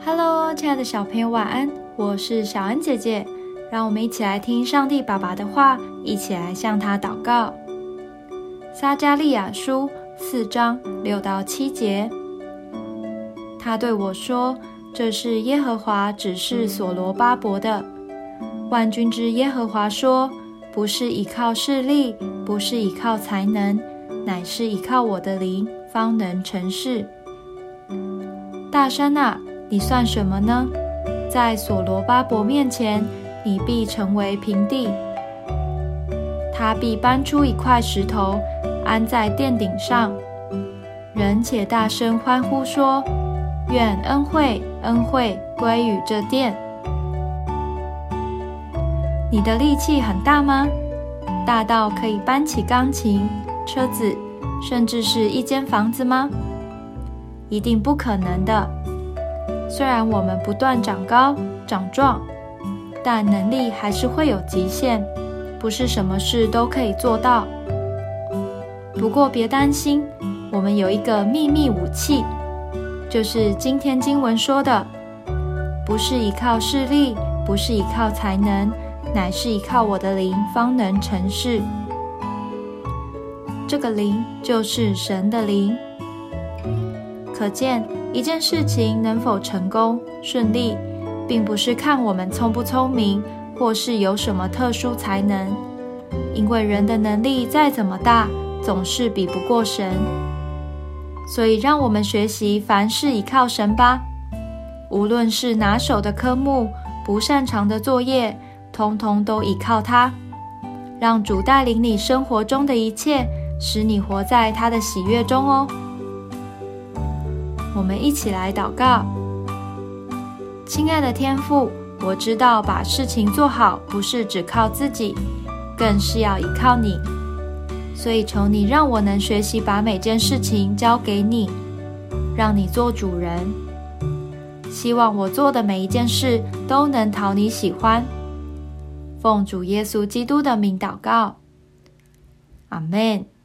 Hello， 亲爱的小朋友，晚安！我是小恩姐姐，让我们一起来听上帝爸爸的话，一起来向他祷告。撒迦利亚书4章6到7节，他对我说：“这是耶和华指示所罗巴伯的。万军之耶和华说，不是依靠势力，不是依靠才能，乃是依靠我的灵，方能成事。大山啊，你算什么呢？在所罗巴伯面前，你必成为平地。他必搬出一块石头，安在殿顶上。人且大声欢呼说：愿恩惠归于这殿。你的力气很大吗？大到可以搬起钢琴、车子，甚至是一间房子吗？一定不可能的。虽然我们不断长高、长壮，但能力还是会有极限，不是什么事都可以做到。不过别担心，我们有一个秘密武器，就是今天经文说的，不是依靠势力，不是依靠才能，乃是依靠我的灵，方能成事。这个灵就是神的灵。可见一件事情能否成功顺利，并不是看我们聪不聪明，或是有什么特殊才能，因为人的能力再怎么大，总是比不过神。所以让我们学习凡事依靠神吧，无论是拿手的科目，不擅长的作业，通通都依靠他，让主带领你生活中的一切，使你活在他的喜悦中哦。我们一起来祷告。亲爱的天父，我知道把事情做好不是只靠自己，更是要依靠你，所以求你让我能学习把每件事情交给你，让你做主人。希望我做的每一件事都能讨你喜欢。奉主耶稣基督的名祷告，阿们。